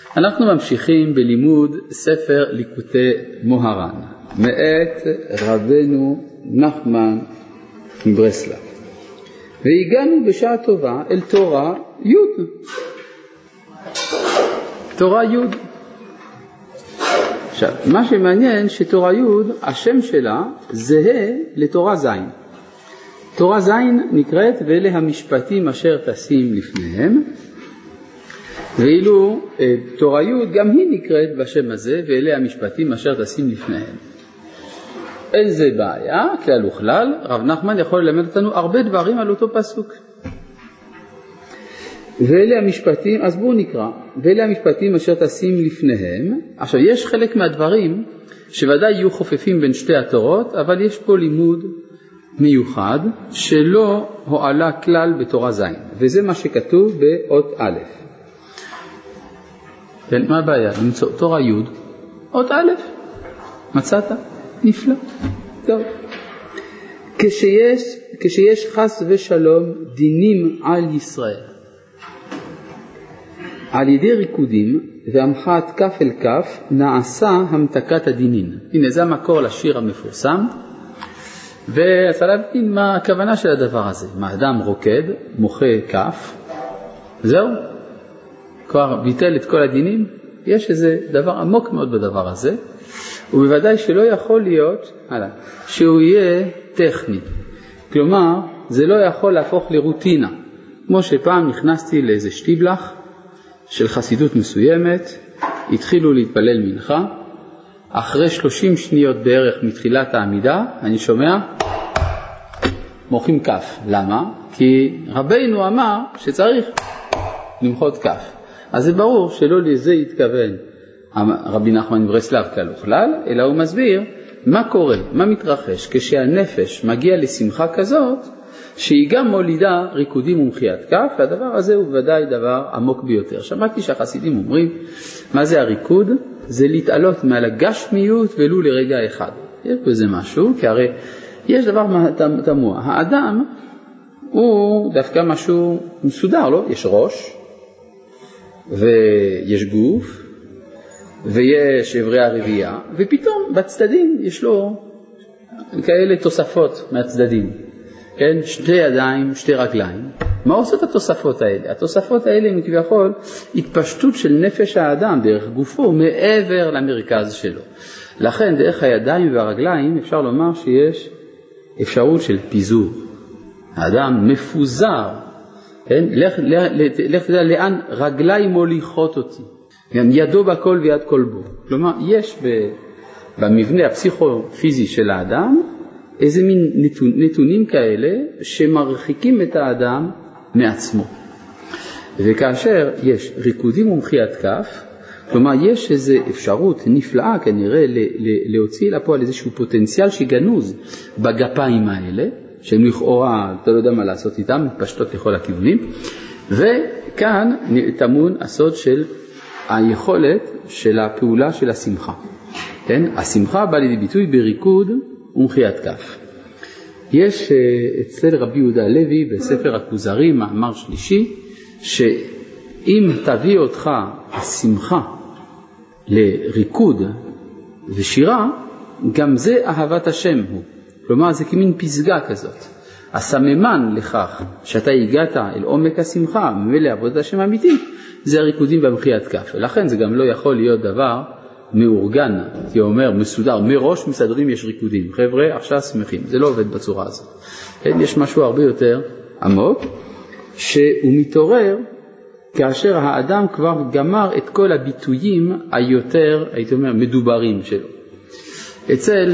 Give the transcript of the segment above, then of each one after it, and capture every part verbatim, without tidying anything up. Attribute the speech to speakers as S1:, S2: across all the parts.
S1: אנחנו ממשיכים בלימוד ספר ליקוטי מוהר"ן, מאת רבנו נחמן מברסלב. והגענו בשעה טובה אל תורה י'. תורה י'. עכשיו, מה שמעניין שתורה י', השם שלה זהה לתורה ז'. תורה ז' נקראת ואלה המשפטים אשר תשים לפניהם, ואילו תורה י' גם היא נקראת בשם הזה ואלה המשפטים אשר תשים לפניהם. אין זה בעיה, כלל וכלל, רב נחמן יכול ללמד אותנו הרבה דברים על אותו פסוק. ואלה המשפטים, אז בואו נקרא, ואלה המשפטים אשר תשים לפניהם. עכשיו יש חלק מהדברים שוודאי יהיו חופפים בין שתי התורות, אבל יש פה לימוד מיוחד שלא הועלה כלל בתורה ז', וזה מה שכתוב באות א'. כן, מה הבעיה? למצוא תורה י', אות א', מצאת? נפלא. טוב. כשיש, כשיש חס ושלום דינים על ישראל, על ידי ריקודים והמחאת כף אל כף נעשה המתקת הדינין. הנה זה המקור לשיר המפורסם, וצריך להבין מה הכוונה של הדבר הזה. מה אדם רוקד, מוחה כף, זהו, כבר ביטל את כל הדינים. יש איזה דבר עמוק מאוד בדבר הזה, ובוודאי שלא יכול להיות הלאה, שהוא יהיה טכני. כלומר, זה לא יכול להפוך לרוטינה. כמו שפעם נכנסתי לאיזה שטיבלח של חסידות מסוימת, התחילו להתפלל מנחה, אחרי שלושים שניות בערך מתחילת העמידה, אני שומע, מוחאים כף. למה? כי רבינו אמר שצריך למחות כף. אז זה ברור שלא לזה יתכוון רבי נחמן מברסלב כלל וכלל, אלא הוא מסביר מה קורה, מה מתרחש כשהנפש מגיע לשמחה כזאת, שהיא גם מולידה ריקודים ומחיית כף, והדבר הזה הוא ודאי דבר עמוק ביותר. שמעתי שהחסידים אומרים, מה זה הריקוד? זה להתעלות מעל הגשמיות ולו לרגע אחד. יש בזה משהו, כי הרי יש דבר תמוה. האדם הוא דווקא משהו מסודר, לא? יש ראש, ויש גוף, ויש עברי הרבייה, ופתאום בצדדים יש לו כאלה תוספות מהצדדים. כן? שתי ידיים, שתי רגליים. מה עושות התוספות האלה? התוספות האלה הם כביכול התפשטות של נפש האדם דרך גופו מעבר למרכז שלו. לכן דרך הידיים והרגליים אפשר לומר שיש אפשרות של פיזור. האדם מפוזר. כן? לך, לך, לך תדע לאן רגליים מוליכות אותי. ידו בכל ויד כל בו. כלומר, יש במבנה הפסיכופיזי של האדם איזה מין נתון, נתונים כאלה שמרחיקים את האדם מעצמו. וכאשר יש ריקודים ומחיית כף, כלומר יש איזו אפשרות נפלאה כנראה ל, ל, להוציא לפועל איזשהו פוטנציאל שגנוז בגפיים האלה, שהם לכאורה, אתה לא יודע מה לעשות איתם, מתפשטות לכל הכיוונים, וכאן טמון הסוד של היכולת של הפעולה של השמחה. כן? השמחה באה לידי ביטוי בריקוד ומחיית כף. יש אצל רבי יהודה הלוי בספר הכוזרי, מאמר שלישי, שאם תביא אותך השמחה לריקוד ושירה, גם זה אהבת השם הוא. כלומר, זה כמין פסגה כזאת. הסממן לכך שאתה הגעת אל עומק השמחה, ממילא עבודת השם אמיתית, זה הריקודים והמחיית כף. ולכן זה גם לא יכול להיות דבר מאורגן, הייתי אומר, מסודר, מראש מסדרים יש ריקודים. חבר'ה, עכשיו שמחים. זה לא עובד בצורה הזאת. יש משהו הרבה יותר עמוק, שהוא מתעורר כאשר האדם כבר גמר את כל הביטויים היותר, הייתי אומר, מדוברים שלו. אצל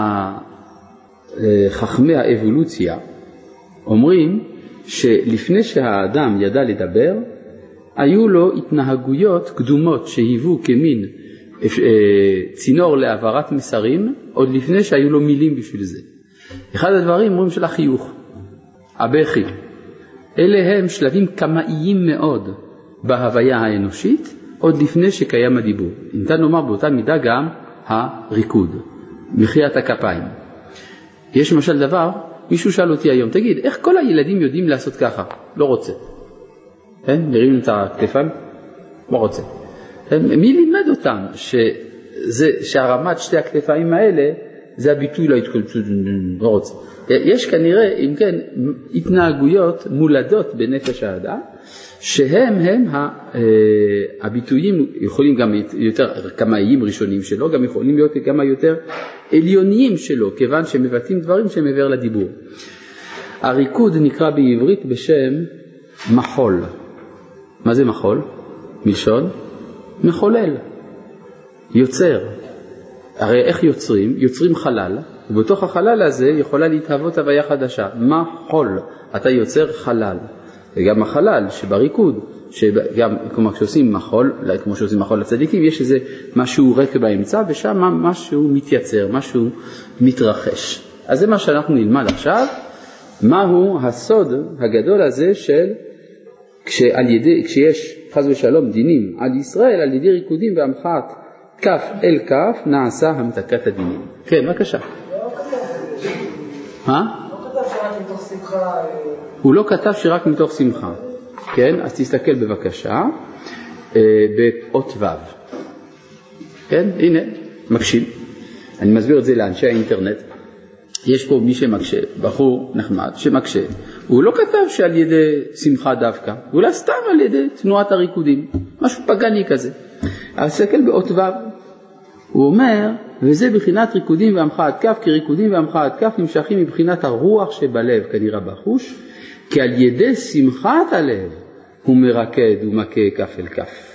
S1: חכמי האבולוציה אומרים שלפני שהאדם ידע לדבר, היו לו התנהגויות קדומות שהיוו כמין צינור להעברת מסרים, עוד לפני שהיו לו מילים בשביל זה. אחד הדברים אומרים של החיוך, הבכי. אלה הם שלבים קמאיים מאוד בהוויה האנושית, עוד לפני שקיים הדיבור. ניתן לומר באותה מידה גם הריקוד, מחיית הכפיים. יש למשל דבר, מישהו שאל אותי היום, תגיד, איך כל הילדים יודעים לעשות ככה? לא רוצה. כן? מרים את הכתפיים? לא רוצה. מי לימד אותם שזה, שהרמת שתי הכתפיים האלה זה הביטוי להתקלצות, לא רוצה. יש כנראה, אם כן, התנהגויות מולדות בנפש האדם, שהם הם הביטויים, יכולים גם יותר קמאיים ראשונים שלו, גם יכולים להיות כמה יותר עליוניים שלו, כיוון שהם מבטאים דברים שהם מעבר לדיבור. הריקוד נקרא בעברית בשם מחול. מה זה מחול? מלשון? מחולל. יוצר. הרי איך יוצרים? יוצרים חלל, ובתוך החלל הזה יכולה להתהוות הוויה חדשה. מחול. אתה יוצר חלל. וגם החלל שבריקוד, שגם כמו שעושים מחול, כמו שעושים מחול לצדיקים, יש איזה משהו ריק באמצע, ושם משהו מתייצר, משהו מתרחש. אז זה מה שאנחנו נלמד עכשיו, מהו הסוד הגדול הזה של כשעל ידי, כשיש חס ושלום דינים על ישראל, על ידי ריקודים והמחאת כף אל כף נעשה המתקת הדינים. כן, בבקשה. מה? הוא לא כתב שרק מתוך שמחה. כן, אז תסתכל בבקשה באות ו'. כן, הנה, מקשיב. אני מסביר את זה לאנשי האינטרנט. יש פה מי שמקשה, בחור נחמד שמקשה. הוא לא כתב שעל ידי שמחה דווקא, הוא לא סתם על ידי תנועת הריקודים. משהו פגני כזה. אז תסתכל באות ו'. הוא אומר, וזה בחינת ריקודים והמחאת כף, כי ריקודים והמחאת כף נמשכים מבחינת הרוח שבלב, כנראה בחוש, כי על ידי שמחת הלב הוא מרקד ומכה כף אל כף.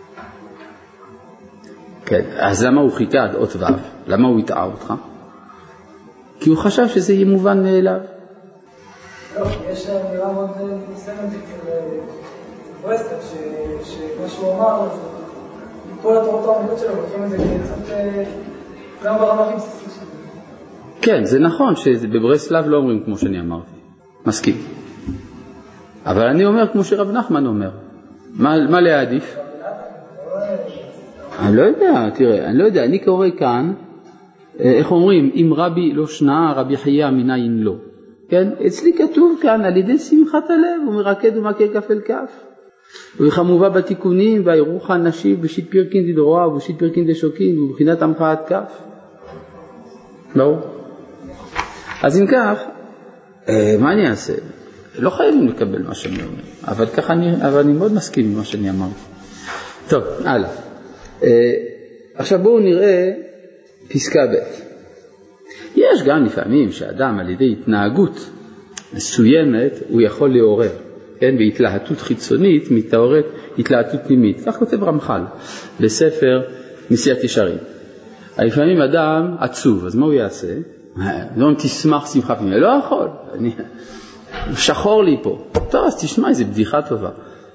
S1: כן, אז למה הוא חיכה עד אות ו'? למה הוא הטעה אותך? כי הוא חשב שזה יהיה מובן מאליו.
S2: לא, יש אמירה מאוד מסוימת אצל ברסלב, שמה שהוא אמר, כל התורות העמידות שלו, לוקחים את זה קצת גם ברמה הכי בסיסית שלו.
S1: כן, זה נכון שבברסלב לא אומרים כמו שאני אמרתי. מסכים. אבל אני אומר כמו שרב נחמן אומר. מה, מה להעדיף? אני לא יודע, תראה, אני לא יודע, אני קורא כאן, איך אומרים, אם רבי לא שנאה, רבי חייה מניין לא. כן? אצלי כתוב כאן, על ידי שמחת הלב, הוא מרקד ומכה כף אל כף. וכמובן בתיקונים, והאירוח הנשי, בשיט פירקין דדרועה, ובשיט פירקין דשוקין, ובבחינת המחאת כף. ברור. אז אם כך, מה אני אעשה? לא חייבים לקבל מה שאני אומר, אבל ככה אני, אבל אני מאוד מסכים עם מה שאני אמרתי. טוב, הלאה. עכשיו בואו נראה פסקה ב'. יש גם לפעמים שאדם על ידי התנהגות מסוימת הוא יכול לעורר, כן? בהתלהטות חיצונית מתעוררת התלהטות פנימית. כך כותב רמח"ל בספר נשיאת ישרים. לפעמים אדם עצוב, אז מה הוא יעשה? לא תשמח שמחה פנימית. לא יכול. אני... שחור לי פה. טוב, אז תשמע, איזו בדיחה טובה.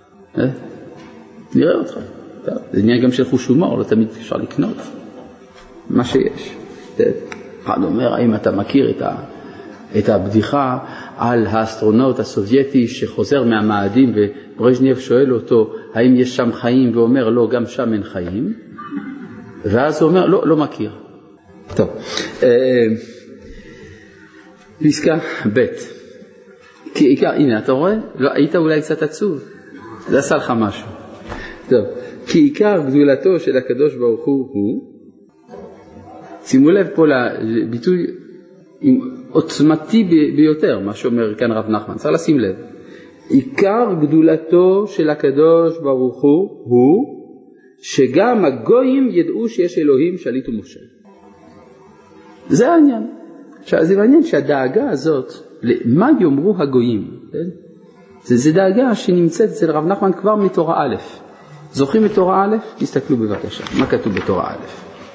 S1: נראה אותך. טוב, זה נהיה גם של חוש הומור, לא תמיד אפשר לקנות. מה שיש. אחד אומר, האם אתה מכיר את, ה, את הבדיחה על האסטרונאוט הסובייטי שחוזר מהמאדים וברז'נייב שואל אותו, האם יש שם חיים? ואומר, לא, גם שם אין חיים. ואז הוא אומר, לא, לא מכיר. טוב. פסקה ב'. כי עיקר, הנה, אתה רואה? לא, היית אולי קצת עצוב. זה עשה לך משהו. טוב. כי עיקר גדולתו של הקדוש ברוך הוא הוא, שימו לב פה לביטוי עוצמתי ביותר, מה שאומר כאן רב נחמן, צריך לשים לב. עיקר גדולתו של הקדוש ברוך הוא, הוא שגם הגויים ידעו שיש אלוהים שליט ומושל. זה העניין. זה מעניין שהדאגה הזאת, למה יאמרו הגויים? זה, זה דאגה שנמצאת אצל רב נחמן כבר מתורה א'. זוכרים את תורה א'? תסתכלו בבקשה. מה כתוב בתורה א'?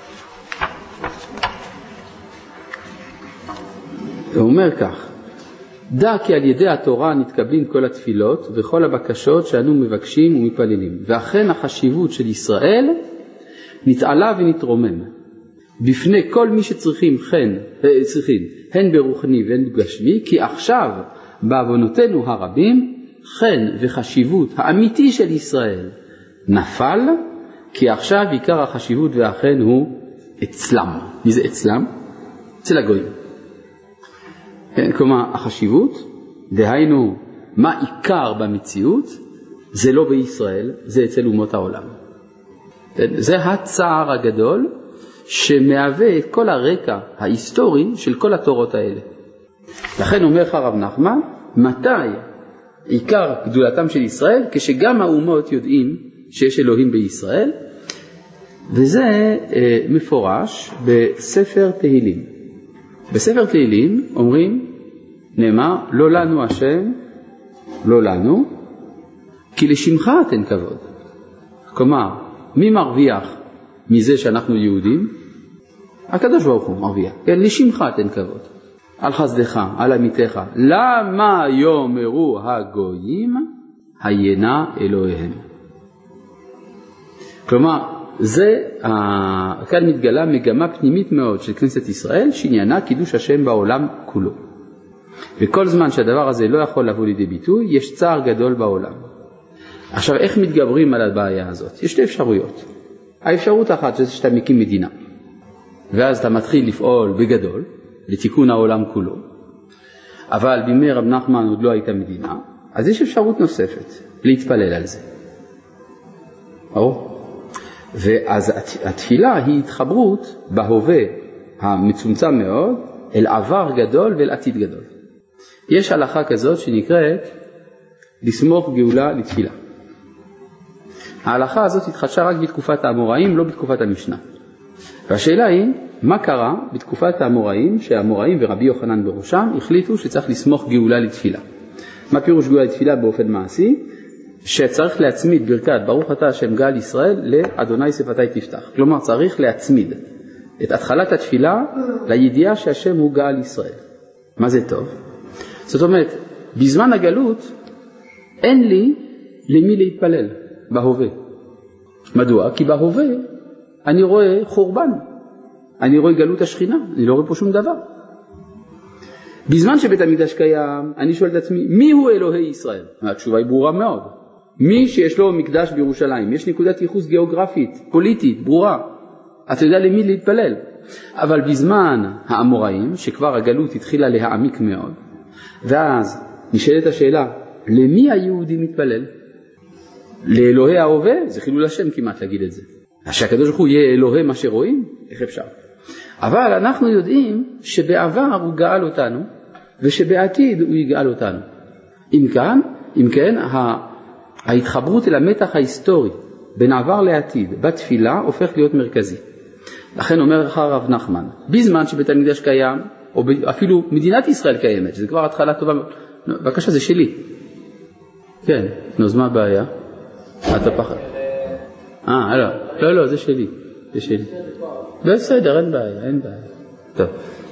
S1: הוא אומר כך, דע כי על ידי התורה נתקבלים כל התפילות וכל הבקשות שאנו מבקשים ומתפללים, ואכן החשיבות של ישראל נתעלה ונתרומם בפני כל מי שצריכים חן, צריכים, הן ברוחני והן בגשמי, כי עכשיו בעוונותינו הרבים חן וחשיבות האמיתי של ישראל נפל, כי עכשיו עיקר החשיבות והחן הוא אצלם. מי זה אצלם? אצל הגויים. כן, כלומר, החשיבות, דהיינו, מה עיקר במציאות, זה לא בישראל, זה אצל אומות העולם. זה הצער הגדול שמהווה את כל הרקע ההיסטורי של כל התורות האלה. לכן אומר הרב נחמן, מתי עיקר גדולתם של ישראל? כשגם האומות יודעים שיש אלוהים בישראל, וזה אה, מפורש בספר תהילים. בספר תהילים אומרים, נאמר, לא לנו השם, לא לנו, כי לשמך תן כבוד. כלומר, מי מרוויח מזה שאנחנו יהודים? הקדוש ברוך הוא מרוויח. כן, לשמך תן כבוד. על חסדך, על עמיתך. למה יאמרו הגויים היינה אלוהיהם? כלומר, זה, כאן מתגלה מגמה פנימית מאוד של כנסת ישראל, שעניינה קידוש השם בעולם כולו. וכל זמן שהדבר הזה לא יכול לבוא לידי ביטוי, יש צער גדול בעולם. עכשיו, איך מתגברים על הבעיה הזאת? יש שתי אפשרויות. האפשרות אחת זה שאתה מקים מדינה, ואז אתה מתחיל לפעול בגדול, לתיקון העולם כולו. אבל בימי רב נחמן עוד לא הייתה מדינה, אז יש אפשרות נוספת, להתפלל על זה. או? ואז התפילה היא התחברות בהווה המצומצם מאוד, אל עבר גדול ואל עתיד גדול. יש הלכה כזאת שנקראת לסמוך גאולה לתפילה. ההלכה הזאת התחדשה רק בתקופת האמוראים, לא בתקופת המשנה. והשאלה היא, מה קרה בתקופת האמוראים, שהאמוראים ורבי יוחנן בראשם החליטו שצריך לסמוך גאולה לתפילה. מה פירוש גאולה לתפילה באופן מעשי? שצריך להצמיד ברכת ברוך אתה השם גאל ישראל לאדוני שפתי תפתח. כלומר, צריך להצמיד את התחלת התפילה לידיעה שהשם הוא גאל ישראל. מה זה טוב? זאת אומרת, בזמן הגלות אין לי למי להתפלל בהווה. מדוע? כי בהווה אני רואה חורבן, אני רואה גלות השכינה, אני לא רואה פה שום דבר. בזמן שבית המקדש קיים, אני שואל את עצמי, מי הוא אלוהי ישראל? התשובה היא ברורה מאוד. מי שיש לו מקדש בירושלים, יש נקודת ייחוס גיאוגרפית, פוליטית, ברורה. אתה יודע למי להתפלל. אבל בזמן האמוראים, שכבר הגלות התחילה להעמיק מאוד, ואז נשאלת השאלה, למי היהודי מתפלל? לאלוהי ההווה? זה חילול השם כמעט להגיד את זה. שהקדוש ברוך הוא יהיה אלוהי מה שרואים? איך אפשר? אבל אנחנו יודעים שבעבר הוא גאל אותנו, ושבעתיד הוא יגאל אותנו. אם כאן, אם כן, ההתחברות אל המתח ההיסטורי בין עבר לעתיד בתפילה הופך להיות מרכזי. לכן אומר לך הרב נחמן, בזמן שבית המקדש קיים, או אפילו מדינת ישראל קיימת, שזה כבר התחלה טובה, בבקשה, זה שלי. כן, נו, אז מה הבעיה? אתה פחד. אה, לא, לא, לא, זה שלי, זה שלי. בסדר, אין בעיה, אין בעיה. טוב,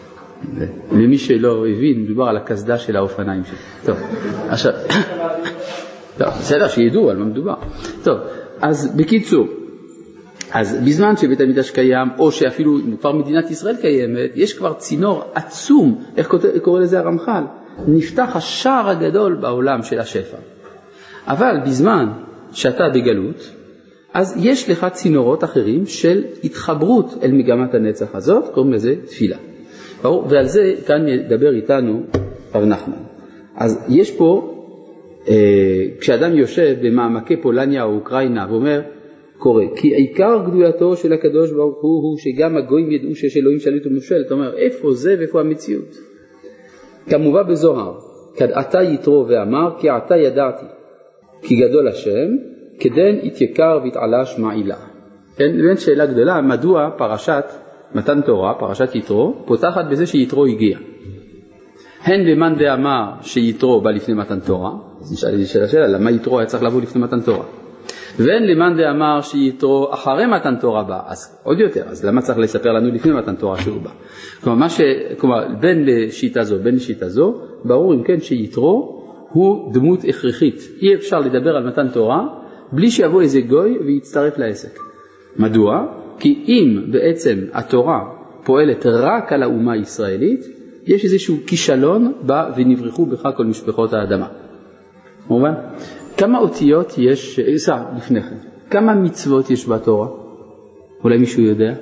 S1: למי שלא הבין, מדובר על הכסדה של האופניים שלי. טוב, עכשיו, טוב, בסדר, שידעו על מה מדובר. טוב, אז בקיצור, אז בזמן שבית המקדש קיים, או שאפילו כבר מדינת ישראל קיימת, יש כבר צינור עצום, איך קורא לזה הרמח"ל? נפתח השער הגדול בעולם של השפע. אבל בזמן שאתה בגלות, אז יש לך צינורות אחרים של התחברות אל מגמת הנצח הזאת, קוראים לזה תפילה. ברור? ועל זה כאן ידבר איתנו רב נחמן. אז יש פה, אה, כשאדם יושב במעמקי פולניה או אוקראינה ואומר, קורא, כי עיקר גדולתו של הקדוש ברוך הוא הוא שגם הגויים ידעו שיש אלוהים שליט ומושל. אתה אומר, איפה זה ואיפה המציאות? כמובן בזוהר, כדעתה יתרו ואמר, כי עתה ידעתי, כי גדול השם, כדן התיקר והתעלש מעילה. כן, באמת שאלה גדולה, מדוע פרשת מתן תורה, פרשת יתרו, פותחת בזה שיתרו הגיע. הן למאן דאמר שיתרו בא לפני מתן תורה, אז נשאל לי שאלה שאלה, למה יתרו היה צריך לבוא לפני מתן תורה? והן למאן דאמר שיתרו אחרי מתן תורה בא, אז עוד יותר, אז למה צריך לספר לנו לפני מתן תורה שהוא בא? כלומר, מה ש... כלומר, בין לשיטה זו, בין לשיטה זו, ברור אם כן שיתרו הוא דמות הכרחית. אי אפשר לדבר על מתן תורה בלי שיבוא איזה גוי ויצטרף לעסק. מדוע? כי אם בעצם התורה פועלת רק על האומה הישראלית, יש איזשהו כישלון בה ונברחו בך כל משפחות האדמה. מובן? כמה אותיות יש, סע, לפני כן, כמה מצוות יש בתורה? אולי מישהו יודע?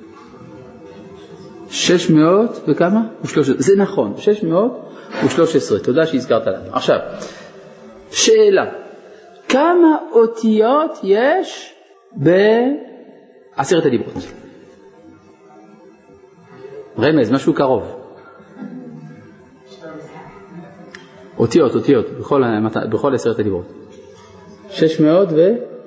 S1: שש מאות וכמה? ושלוש עשרה. זה נכון, שש מאות ושלוש עשרה. תודה שהזכרת לנו. עכשיו, שאלה. כמה אותיות יש עשרת הדיברות. רמז, משהו קרוב. אותיות, אותיות, בכל, בכל עשרת הדיברות. שש מאות ו...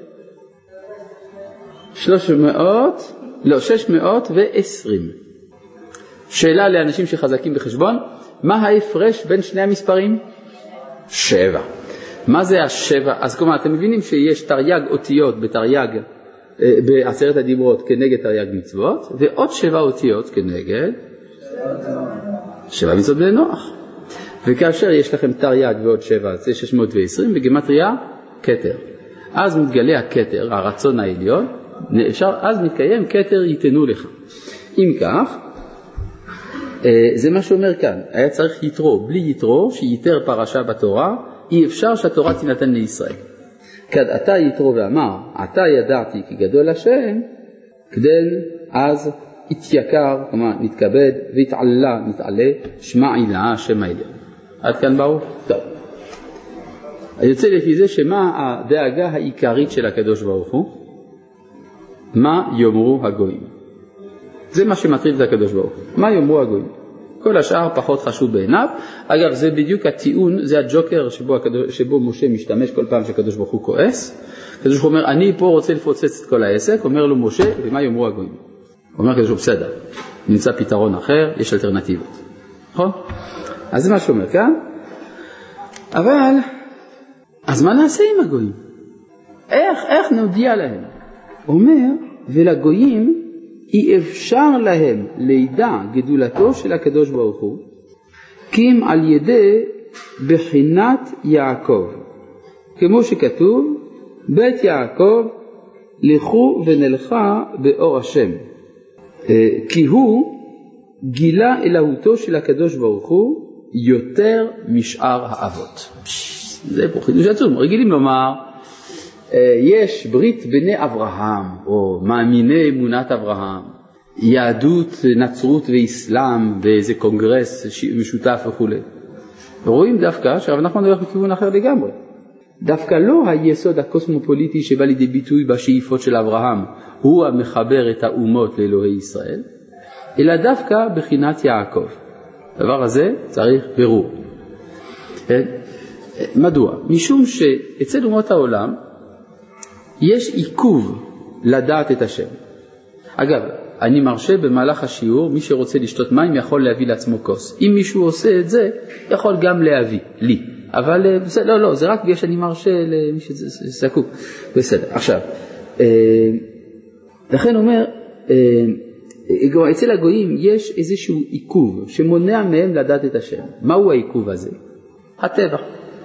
S1: שלוש מאות, לא, שש מאות ועשרים. שאלה לאנשים שחזקים בחשבון, מה ההפרש בין שני המספרים? שבע. מה זה השבע? אז כלומר, אתם מבינים שיש תרי"ג אותיות בתרי"ג, בעשרת הדיברות כנגד תרי"ג מצוות, ועוד שבע אותיות כנגד שבע מצוות בני נוח. וכאשר יש לכם תרי"ג ועוד שבע, זה שש מאות ועשרים, בגימטריה כתר. אז מתגלה הכתר, הרצון העליון, אפשר, אז מתקיים כתר ייתנו לך. אם כך, זה מה שאומר כאן, היה צריך יתרו, בלי יתרו, שיתר פרשה בתורה, אי אפשר שהתורה תינתן לישראל. כד אתה יתרו ואמר, אתה ידעתי כי גדול השם, כדן אז התייקר, כלומר נתכבד, והתעלה, נתעלה, שמע עילה, שם העליון. עד כאן ברור? טוב. אני יוצא לפי זה שמה הדאגה העיקרית של הקדוש ברוך הוא? מה יאמרו הגויים? זה מה שמטריד את הקדוש ברוך הוא. מה יאמרו הגויים? כל השאר פחות חשוב בעיניו. אגב, זה בדיוק הטיעון, זה הג'וקר שבו, הקדוש, שבו משה משתמש כל פעם שקדוש ברוך הוא כועס. הקדוש ברוך הוא אומר, אני פה רוצה לפוצץ את כל העסק, אומר לו משה, ומה יאמרו הגויים? אומר הקדוש ברוך הוא, בסדר, נמצא פתרון אחר, יש אלטרנטיבות. נכון? אז זה מה שאומר כאן. אבל, אז מה נעשה עם הגויים? איך, איך נודיע להם? אומר, ולגויים אי אפשר להם לידע גדולתו של הקדוש ברוך הוא, כי אם על ידי בחינת יעקב. כמו שכתוב, בית יעקב לכו ונלכה באור השם. כי הוא גילה אלוהותו של הקדוש ברוך הוא יותר משאר האבות. זה פה חידוש עצום. רגילים לומר, יש ברית בני אברהם, או מאמיני אמונת אברהם, יהדות, נצרות ואסלאם באיזה קונגרס משותף וכו'. רואים דווקא שהרב נחמן הולך בכיוון אחר לגמרי. דווקא לא היסוד הקוסמופוליטי שבא לידי ביטוי בשאיפות של אברהם, הוא המחבר את האומות לאלוהי ישראל, אלא דווקא בחינת יעקב. הדבר הזה צריך ברור. מדוע? משום שאצל אומות העולם יש עיכוב לדעת את השם. אגב, אני מרשה במהלך השיעור, מי שרוצה לשתות מים יכול להביא לעצמו כוס. אם מישהו עושה את זה, יכול גם להביא, לי. אבל בסדר, לא, לא, זה רק בגלל שאני מרשה למי שזקוק. בסדר, עכשיו, לכן אומר, אצל הגויים יש איזשהו עיכוב שמונע מהם לדעת את השם. מהו העיכוב הזה? הטבע.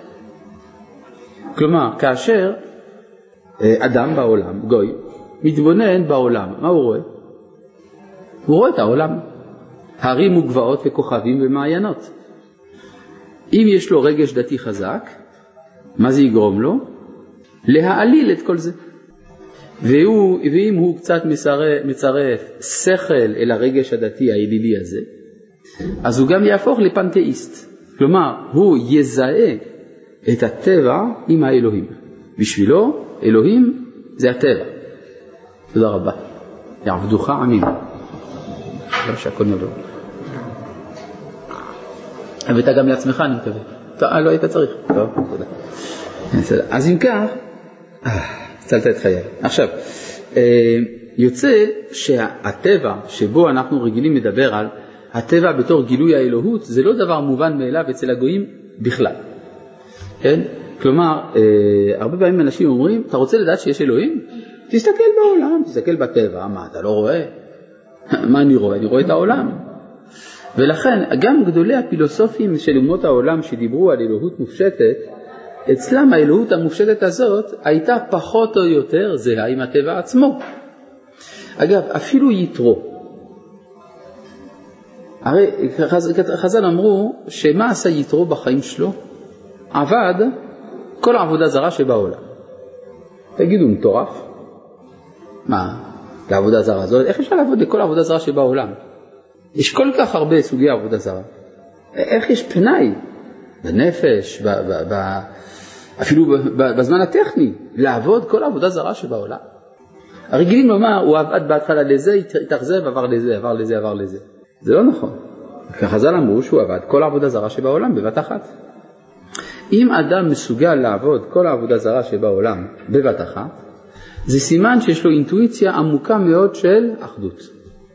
S1: כלומר, כאשר אדם בעולם, גוי, מתבונן בעולם, מה הוא רואה? הוא רואה את העולם. הרים וגבעות וכוכבים ומעיינות. אם יש לו רגש דתי חזק, מה זה יגרום לו? להעליל את כל זה. והוא, ואם הוא קצת מצרף, מצרף שכל אל הרגש הדתי האלילי הזה, אז הוא גם יהפוך לפנתאיסט. כלומר, הוא יזהה את הטבע עם האלוהים. בשבילו, אלוהים זה הטבע. תודה רבה. יעבדוך עמים. גם שהכל נבוא. ואתה גם לעצמך, אני מקווה. אה, לא היית צריך. טוב, תודה. אז אם כך, הצלת את חיי. עכשיו, יוצא שהטבע שבו אנחנו רגילים לדבר על הטבע בתור גילוי האלוהות, זה לא דבר מובן מאליו אצל הגויים בכלל. כן? כלומר, הרבה פעמים אנשים אומרים, אתה רוצה לדעת שיש אלוהים? תסתכל בעולם, תסתכל בטבע. מה, אתה לא רואה? מה אני רואה? אני רואה את העולם. ולכן, גם גדולי הפילוסופים של אומות העולם שדיברו על אלוהות מופשטת, אצלם האלוהות המופשטת הזאת הייתה פחות או יותר זהה עם הטבע עצמו. אגב, אפילו יתרו. הרי חז"ל אמרו שמה עשה יתרו בחיים שלו? עבד כל העבודה זרה שבעולם. תגידו, מטורף? מה? לעבודה זרה הזאת? איך אפשר לעבוד לכל העבודה זרה שבעולם? יש כל כך הרבה סוגי עבודה זרה. איך יש פנאי? בנפש, ב, ב, ב, אפילו ב, ב, בזמן הטכני, לעבוד כל העבודה זרה שבעולם. הרגילים לומר, הוא עבד בהתחלה לזה, התאכזב, עבר לזה, עבר לזה, עבר לזה. זה לא נכון. חז"ל אמרו שהוא עבד כל העבודה זרה שבעולם בבת אחת. אם אדם מסוגל לעבוד כל העבודה זרה שבעולם בבת אחת, זה סימן שיש לו אינטואיציה עמוקה מאוד של אחדות.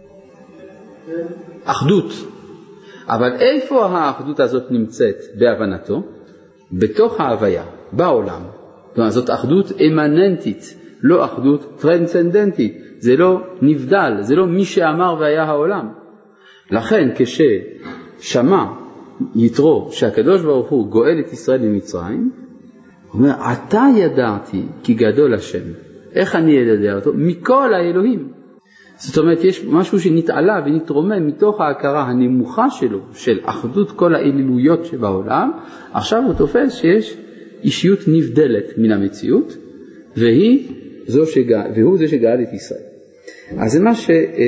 S1: אחדות. אבל איפה האחדות הזאת נמצאת בהבנתו? בתוך ההוויה, בעולם. זאת אחדות אמננטית, לא אחדות טרנסצנדנטית. זה לא נבדל, זה לא מי שאמר והיה העולם. לכן כששמע יתרו שהקדוש ברוך הוא גואל את ישראל ממצרים, הוא אומר, אתה ידעתי כי גדול השם. איך אני ידע אותו? מכל האלוהים. זאת אומרת, יש משהו שנתעלה ונתרומם מתוך ההכרה הנמוכה שלו, של אחדות כל האלילויות שבעולם. עכשיו הוא תופס שיש אישיות נבדלת מן המציאות, והיא זו שגע, והוא זה שגאל את ישראל. אז זה מה ש...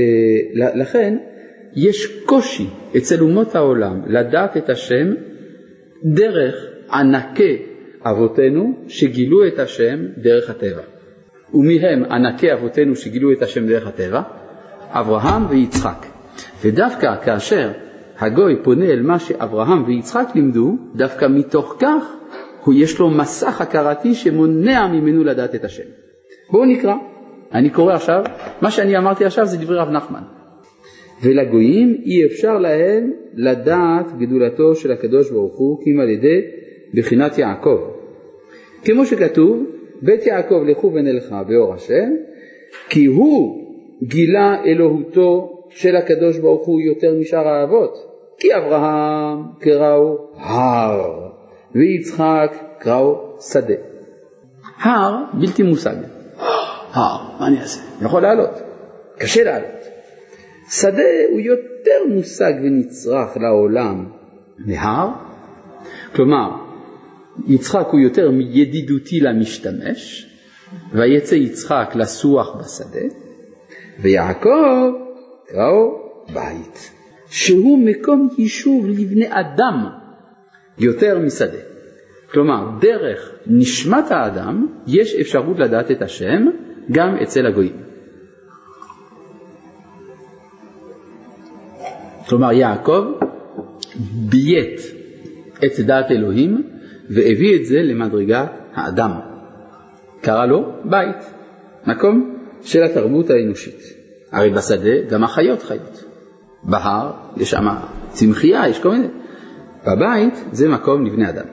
S1: לכן יש קושי אצל אומות העולם לדעת את השם דרך ענקי אבותינו שגילו את השם דרך הטבע. ומהם ענקי אבותינו שגילו את השם דרך הטבע? אברהם ויצחק. ודווקא כאשר הגוי פונה אל מה שאברהם ויצחק לימדו, דווקא מתוך כך הוא יש לו מסך הכרתי שמונע ממנו לדעת את השם. בואו נקרא. אני קורא עכשיו, מה שאני אמרתי עכשיו זה דברי רב נחמן. ולגויים אי אפשר להם לדעת גדולתו של הקדוש ברוך הוא כי אם על ידי בחינת יעקב. כמו שכתוב, בית יעקב לכו ונלכה באור השם, כי הוא גילה אלוהותו של הקדוש ברוך הוא יותר משאר האבות. כי אברהם קראו הר, ויצחק קראו שדה. הר בלתי מושג. הר, מה אני אעשה? יכול לעלות, קשה לעלות. שדה הוא יותר מושג ונצרך לעולם מהר. כלומר, יצחק הוא יותר ידידותי למשתמש, ויצא יצחק לסוח בשדה, ויעקב קראו בית, שהוא מקום יישוב לבני אדם יותר משדה. כלומר, דרך נשמת האדם יש אפשרות לדעת את השם גם אצל הגויים. כלומר, יעקב בייט את דעת אלוהים והביא את זה למדרגת האדם. קרא לו בית, מקום של התרבות האנושית. הרי בשדה גם החיות חיות. בהר יש שם צמחייה, יש כל מיני. בבית זה מקום לבני אדם.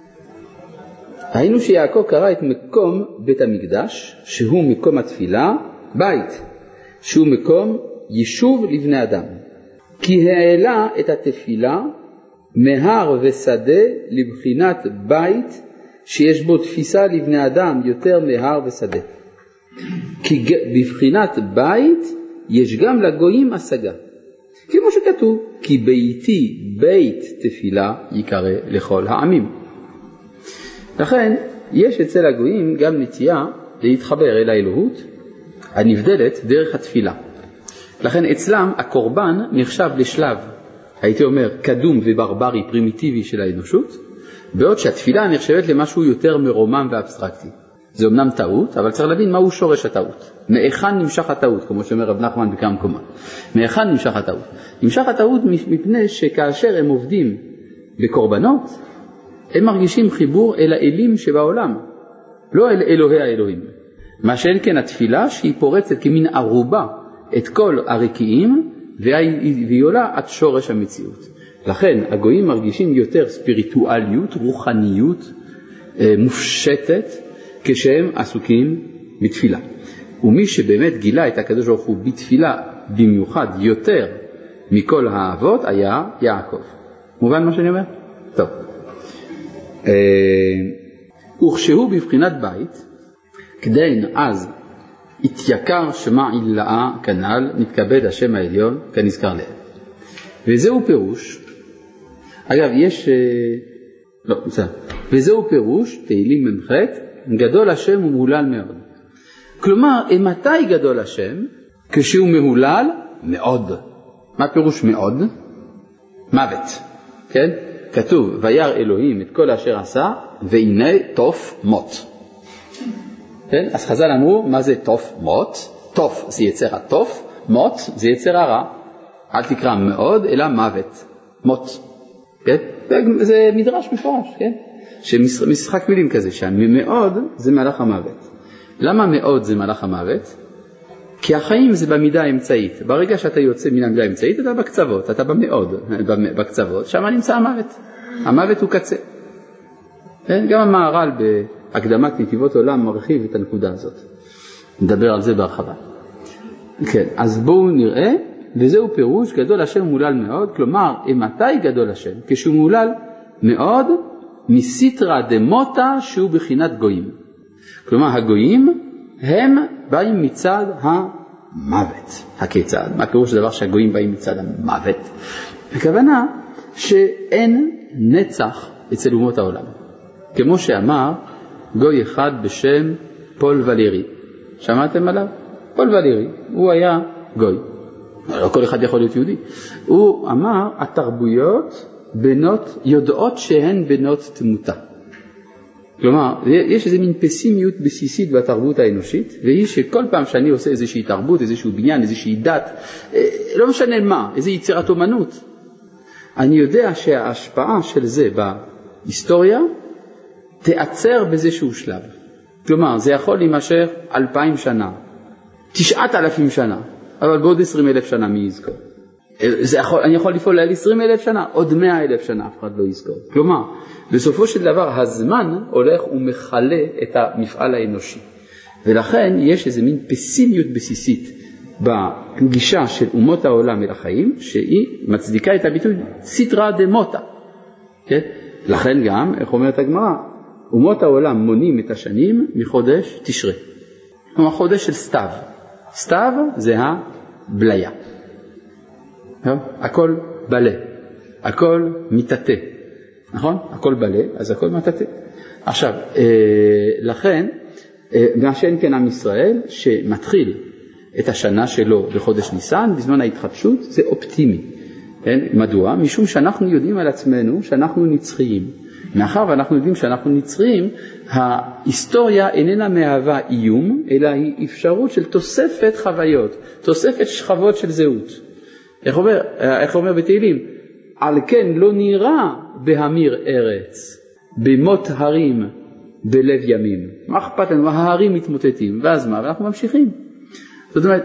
S1: ראינו שיעקב קרא את מקום בית המקדש, שהוא מקום התפילה, בית, שהוא מקום יישוב לבני אדם. כי העלה את התפילה מהר ושדה לבחינת בית שיש בו תפיסה לבני אדם יותר מהר ושדה. כי בבחינת בית יש גם לגויים השגה. כמו שכתוב, כי ביתי בית תפילה יקרא לכל העמים. לכן יש אצל הגויים גם נטייה להתחבר אל האלוהות הנבדלת דרך התפילה. לכן אצלם הקורבן נחשב לשלב, הייתי אומר, קדום וברברי פרימיטיבי של האנושות, בעוד שהתפילה נחשבת למשהו יותר מרומם ואבסטרקטי. זה אומנם טעות, אבל צריך להבין מהו שורש הטעות. מאיכן נמשך הטעות, כמו שאומר רב נחמן בכמה מקומות. מאיכן נמשך הטעות? נמשך הטעות מפני שכאשר הם עובדים בקורבנות, הם מרגישים חיבור אל האלים שבעולם, לא אל אלוהי האלוהים. מה שאין כן התפילה שהיא פורצת כמין ערובה את כל הרקיעים, והיא עולה עד שורש המציאות. לכן הגויים מרגישים יותר ספיריטואליות, רוחניות מופשטת, כשהם עסוקים בתפילה. ומי שבאמת גילה את הקדוש ברוך הוא בתפילה במיוחד יותר מכל האבות היה יעקב. מובן מה שאני אומר? טוב. וכשהוא בבחינת בית, כדין אז התייקר שמע עילאה כנ"ל, נתכבד השם העליון כנזכר לב. וזהו פירוש, אגב יש, לא, בסדר, וזהו פירוש, תהילים ממחת, גדול השם ומהולל מאוד. כלומר, מתי גדול השם? כשהוא מהולל מאוד. מה פירוש מאוד? מוות. כן? כתוב, וירא אלוהים את כל אשר עשה, והנה תוף מות. כן? אז חז"ל אמרו, מה זה תוף מות? תוף זה יצר התוף, מות זה יצר הרע. אל תקרא מאוד אלא מוות, מות. כן? זה מדרש מפורש, כן? שמשחק מילים כזה, שמאוד זה מלאך המוות. למה מאוד זה מלאך המוות? כי החיים זה במידה האמצעית. ברגע שאתה יוצא מן המידה האמצעית, אתה בקצוות, אתה במאוד, בקצוות, שם נמצא המוות. המוות הוא קצה. גם המהר"ל בהקדמת נתיבות עולם מרחיב את הנקודה הזאת. נדבר על זה בהרחבה. כן, אז בואו נראה, וזהו פירוש גדול השם מולל מאוד, כלומר, מתי גדול השם? כשהוא מולל מאוד מסיטרא דמותא שהוא בחינת גויים. כלומר, הגויים הם באים מצד המוות. הכיצד? מה פירוש דבר שהגויים באים מצד המוות? הכוונה שאין נצח אצל אומות העולם. כמו שאמר גוי אחד בשם פול ולרי. שמעתם עליו? פול ולרי, הוא היה גוי. לא כל אחד יכול להיות יהודי. הוא אמר, התרבויות בנות, יודעות שהן בנות תמותה. כלומר, יש איזו מין פסימיות בסיסית בתרבות האנושית, והיא שכל פעם שאני עושה איזושהי תרבות, איזשהו בניין, איזושהי דת, לא משנה מה, איזו יצירת אומנות, אני יודע שההשפעה של זה בהיסטוריה תיעצר באיזשהו שלב. כלומר, זה יכול להימשך אלפיים שנה, תשעת אלפים שנה, אבל בעוד עשרים אלף שנה מי יזכור? זה יכול, אני יכול לפעול על עשרים אלף שנה, עוד מאה אלף שנה, אף אחד לא יזכור. כלומר, בסופו של דבר, הזמן הולך ומחלה את המפעל האנושי. ולכן יש איזו מין פסימיות בסיסית בגישה של אומות העולם אל החיים, שהיא מצדיקה את הביטוי סיטרא דמותא. כן? לכן גם, איך אומרת הגמרא, אומות העולם מונים את השנים מחודש תשרי. כלומר, חודש של סתיו. סתיו זה הבליה. הכל בלה, הכל מתעתה, נכון? הכל בלה, אז הכל מתעתה. עכשיו, לכן, מה שאין כן עם ישראל, שמתחיל את השנה שלו בחודש ניסן, בזמן ההתחדשות, זה אופטימי. מדוע? משום שאנחנו יודעים על עצמנו שאנחנו נצחיים. מאחר ואנחנו יודעים שאנחנו נצחיים, ההיסטוריה איננה מהווה איום, אלא היא אפשרות של תוספת חוויות, תוספת שכבות של זהות. איך אומר, איך אומר בתהילים? על כן לא נראה בהמיר ארץ, במות הרים, בלב ימים. מה אכפת לנו? ההרים מתמוטטים, ואז מה? ואנחנו ממשיכים. זאת אומרת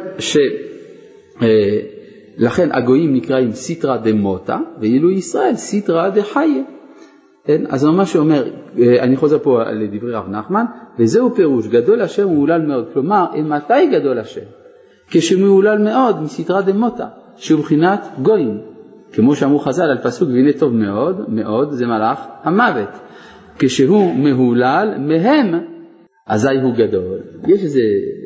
S1: שלכן הגויים נקראים סיטרא דמותא, ואילו ישראל סיטרא דחיה. אז ממש שאומר, אני חוזר פה לדברי רב נחמן, וזהו פירוש, גדול השם ומהולל מאוד. כלומר, מתי גדול השם? כשמהולל מאוד מסיטרא דמותא. שהוא בחינת גויים, כמו שאמרו חז"ל על פסוק והנה טוב מאוד, מאוד זה מלאך המוות. כשהוא מהולל מהם, אזי הוא גדול. יש איזה,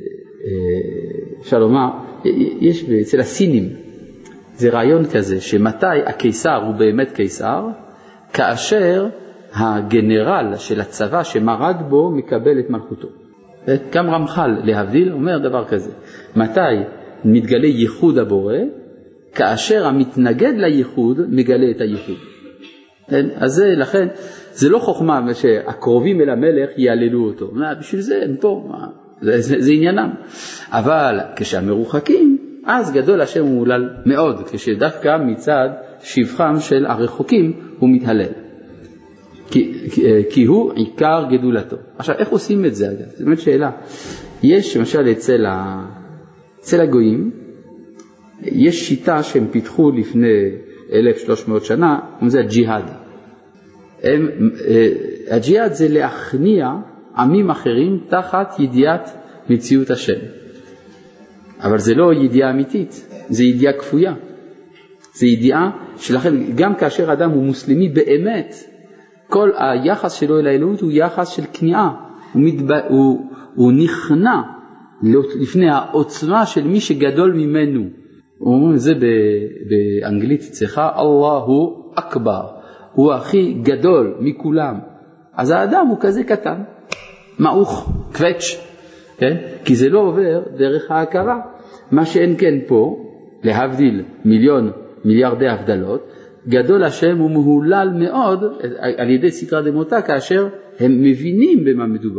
S1: אפשר לומר, יש אצל הסינים, זה רעיון כזה, שמתי הקיסר הוא באמת קיסר, כאשר הגנרל של הצבא שמרג בו מקבל את מלכותו. גם רמח"ל להבדיל אומר דבר כזה, מתי מתגלה ייחוד הבורא, כאשר המתנגד לייחוד מגלה את הייחוד. אז זה, לכן, זה לא חוכמה שהקרובים אל המלך יעללו אותו. בשביל זה הם פה, זה, זה, זה עניינם. אבל כשהמרוחקים, אז גדול השם הוא מולל מאוד, כשדווקא מצד שבחם של הרחוקים הוא מתהלל. כי, כי, כי הוא עיקר גדולתו. עכשיו, איך עושים את זה אגב? זאת אומרת שאלה. יש, למשל, אצל, ה, אצל הגויים, יש שיטה שהם פיתחו לפני אלף ושלוש מאות שנה, זה הג'יהאד. הם, הג'יהאד זה להכניע עמים אחרים תחת ידיעת מציאות השם. אבל זה לא ידיעה אמיתית, זה ידיעה כפויה. זה ידיעה שלכן גם כאשר אדם הוא מוסלמי באמת, כל היחס שלו אל האלוהות הוא יחס של כניעה. הוא, מתב... הוא, הוא נכנע לפני העוצמה של מי שגדול ממנו. אומרים זה באנגלית צריכה, אללהו אכבר, הוא הכי גדול מכולם. אז האדם הוא כזה קטן, מעוך, קווץ', כן? כי זה לא עובר דרך ההכרה. מה שאין כן פה, להבדיל מיליון מיליארדי הבדלות, גדול השם הוא מהולל מאוד על ידי סיטרא דמותא, כאשר הם מבינים במה מדובר.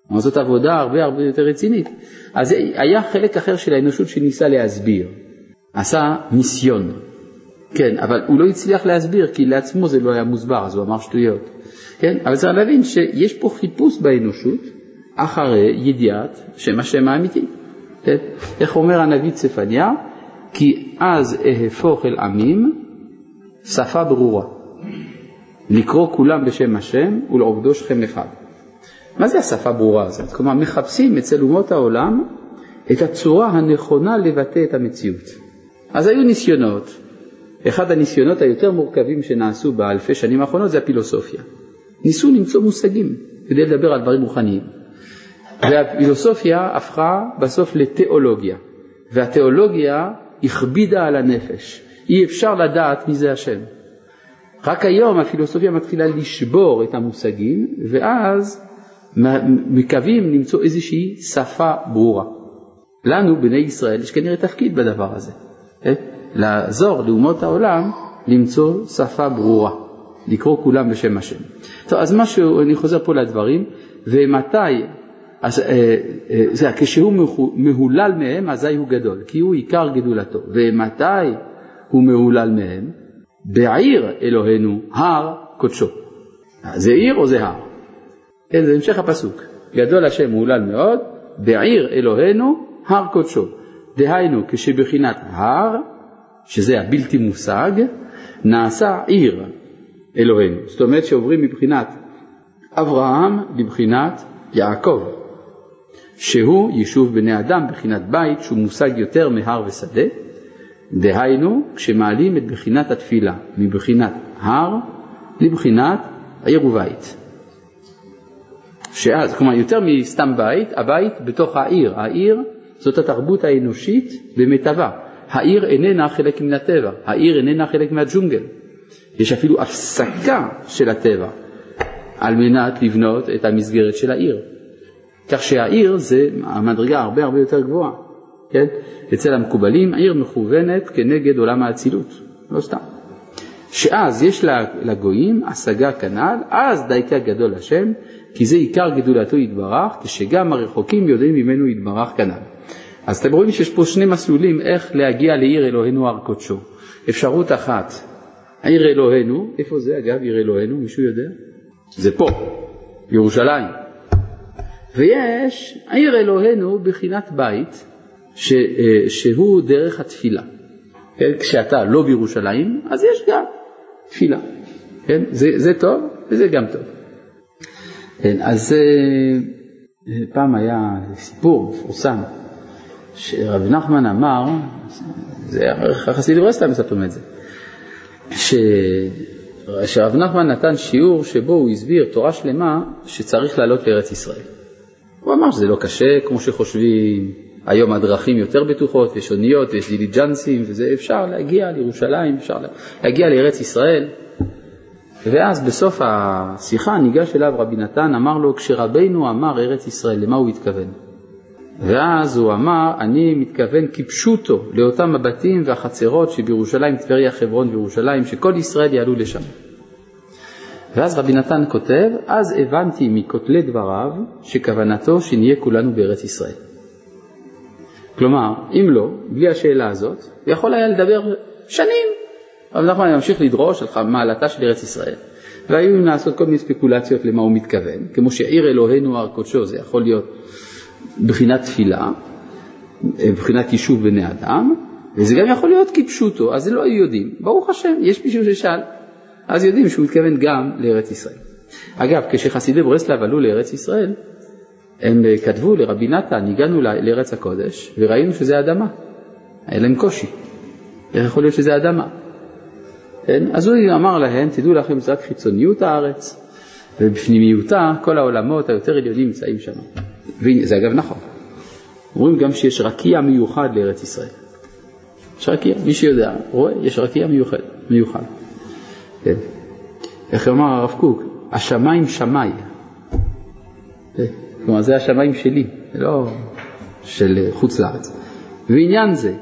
S1: זאת עבודה הרבה הרבה יותר רצינית. אז היה חלק אחר של האנושות שניסה להסביר. עשה ניסיון. כן, אבל הוא לא הצליח להסביר, כי לעצמו זה לא היה מוסבר, אז הוא אמר שטויות. כן, אבל צריך להבין שיש פה חיפוש באנושות, אחרי ידיעת שם השם האמיתי. כן? איך אומר הנביא צפניה? כי אז אהפוך אל עמים שפה ברורה. לקרוא כולם בשם השם ולעובדו שכם אחד. מה זה השפה ברורה הזאת? כלומר, מחפשים אצל אומות העולם את הצורה הנכונה לבטא את המציאות. אז היו ניסיונות. אחד הניסיונות היותר מורכבים שנעשו באלפי שנים האחרונות זה הפילוסופיה. ניסו למצוא מושגים כדי לדבר על דברים רוחניים. והפילוסופיה הפכה בסוף לתיאולוגיה. והתיאולוגיה הכבידה על הנפש. אי אפשר לדעת מי זה השם. רק היום הפילוסופיה מתחילה לשבור את המושגים, ואז מקווים למצוא איזושהי שפה ברורה. לנו, בני ישראל, יש כנראה תפקיד בדבר הזה. אה? לעזור לאומות העולם למצוא שפה ברורה. לקרוא כולם בשם השם. טוב, אז משהו, אני חוזר פה לדברים, ומתי, אז, אה, אה, זה, כשהוא מהולל מהם, אזי הוא גדול, כי הוא עיקר גדולתו. ומתי הוא מהולל מהם? בעיר אלוהינו הר קודשו. זה עיר או זה הר? כן, זה המשך הפסוק. גדול השם מהולל מאוד, בעיר אלוהינו הר קודשו. דהיינו, כשבחינת הר, שזה הבלתי מושג, נעשה עיר אלוהינו. זאת אומרת שעוברים מבחינת אברהם לבחינת יעקב, שהוא יישוב בני אדם בחינת בית, שהוא מושג יותר מהר ושדה. דהיינו, כשמעלים את בחינת התפילה מבחינת הר לבחינת עיר ובית. שאז, כלומר, יותר מסתם בית, הבית בתוך העיר. העיר זאת התרבות האנושית במטבע. העיר איננה חלק מן הטבע, העיר איננה חלק מהג'ונגל. יש אפילו הפסקה של הטבע על מנת לבנות את המסגרת של העיר. כך שהעיר זה המדרגה הרבה הרבה יותר גבוהה. כן? אצל המקובלים, עיר מכוונת כנגד עולם האצילות, לא סתם. שאז יש לגויים השגה כנ"ל, אז דייקה גדול השם, כי זה עיקר גדולתו יתברך, כשגם הרחוקים יודעים ממנו יתברך כנ"ל. אז אתם רואים שיש פה שני מסלולים איך להגיע לעיר אלוהינו הר קודשו. אפשרות אחת, עיר אלוהינו, איפה זה אגב עיר אלוהינו, מישהו יודע? זה פה, ירושלים. ויש עיר אלוהינו בחינת בית, ש, שהוא דרך התפילה. כן? כשאתה לא בירושלים, אז יש גם תפילה. כן? זה, זה טוב וזה גם טוב. כן? אז פעם היה סיפור מפורסם, שרב נחמן אמר, זה חסידי ברסלב מספרים את זה, ש, שרב נחמן נתן שיעור שבו הוא הסביר תורה שלמה שצריך לעלות לארץ ישראל. הוא אמר שזה לא קשה כמו שחושבים, היום הדרכים יותר בטוחות, יש אוניות, יש דיליג'נסים, וזה אפשר להגיע לירושלים, אפשר להגיע לארץ ישראל. ואז בסוף השיחה ניגש אליו רבי נתן, אמר לו, כשרבינו אמר ארץ ישראל, למה הוא התכוון? ואז הוא אמר, אני מתכוון כפשוטו לאותם הבתים והחצרות שבירושלים, טבריה, חברון וירושלים, שכל ישראל יעלו לשם. ואז רבי נתן כותב, אז הבנתי מכותלי דבריו שכוונתו שנהיה כולנו בארץ ישראל. כלומר, אם לא, בלי השאלה הזאת, הוא יכול היה לדבר שנים. אבל אנחנו נמשיך לדרוש על מעלתה של ארץ ישראל. והיו לעשות כל מיני ספקולציות למה הוא מתכוון, כמו שעיר אלוהינו הר קודשו, זה יכול להיות בחינת תפילה, בחינת יישוב בני אדם, וזה גם יכול להיות כפשוטו, אז זה לא יודעים. ברוך השם, יש מישהו ששאל, אז יודעים שהוא מתכוון גם לארץ ישראל. אגב, כשחסידי ברסלב עלו לארץ ישראל, הם כתבו לרבי נתן, הגענו לארץ הקודש, וראינו שזה אדמה. היה להם קושי. איך יכול להיות שזה אדמה? כן? אז הוא אמר להם, תדעו לכם, זה רק חיצוניות הארץ, ובפנימיותה כל העולמות היותר עליונים נמצאים שם. וזה אגב נכון. אומרים גם שיש רקיע מיוחד לארץ ישראל. יש רקיע, מי שיודע, רואה, יש רקיע מיוחד. מיוחד. כן. איך אמר הרב קוק? השמיים שמי. כן. כלומר, זה השמיים שלי, לא של חוץ לארץ. ועניין זה,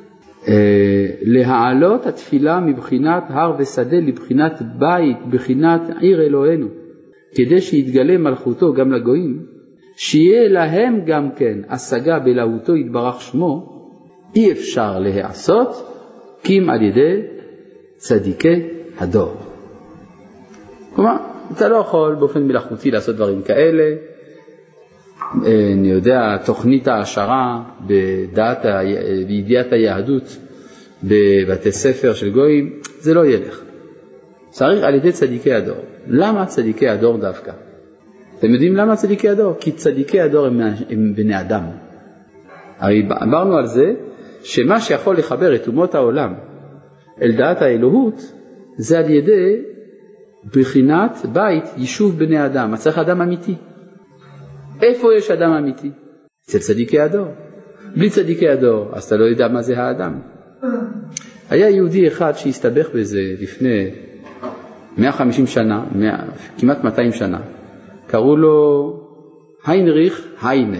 S1: להעלות התפילה מבחינת הר ושדה לבחינת בית, בחינת עיר אלוהינו, כדי שיתגלה מלכותו גם לגויים, שיהיה להם גם כן השגה בלהותו יתברך שמו, אי אפשר להעשות קים על ידי צדיקי הדור. כלומר, אתה לא יכול באופן מלאכותי לעשות דברים כאלה. אני יודע, תוכנית העשרה בדעת, בידיעת היהדות בבתי ספר של גויים, זה לא ילך. צריך על ידי צדיקי הדור. למה צדיקי הדור דווקא? אתם יודעים למה צדיקי הדור? כי צדיקי הדור הם, הם בני אדם. הרי אמרנו על זה שמה שיכול לחבר את אומות העולם אל דעת האלוהות זה על ידי בחינת בית יישוב בני אדם. אז צריך אדם אמיתי. איפה יש אדם אמיתי? אצל צדיקי הדור. בלי צדיקי הדור אז אתה לא יודע מה זה האדם. היה יהודי אחד שהסתבך בזה לפני מאה וחמישים שנה, מאה, כמעט מאתיים שנה. קראו לו היינריך היינה.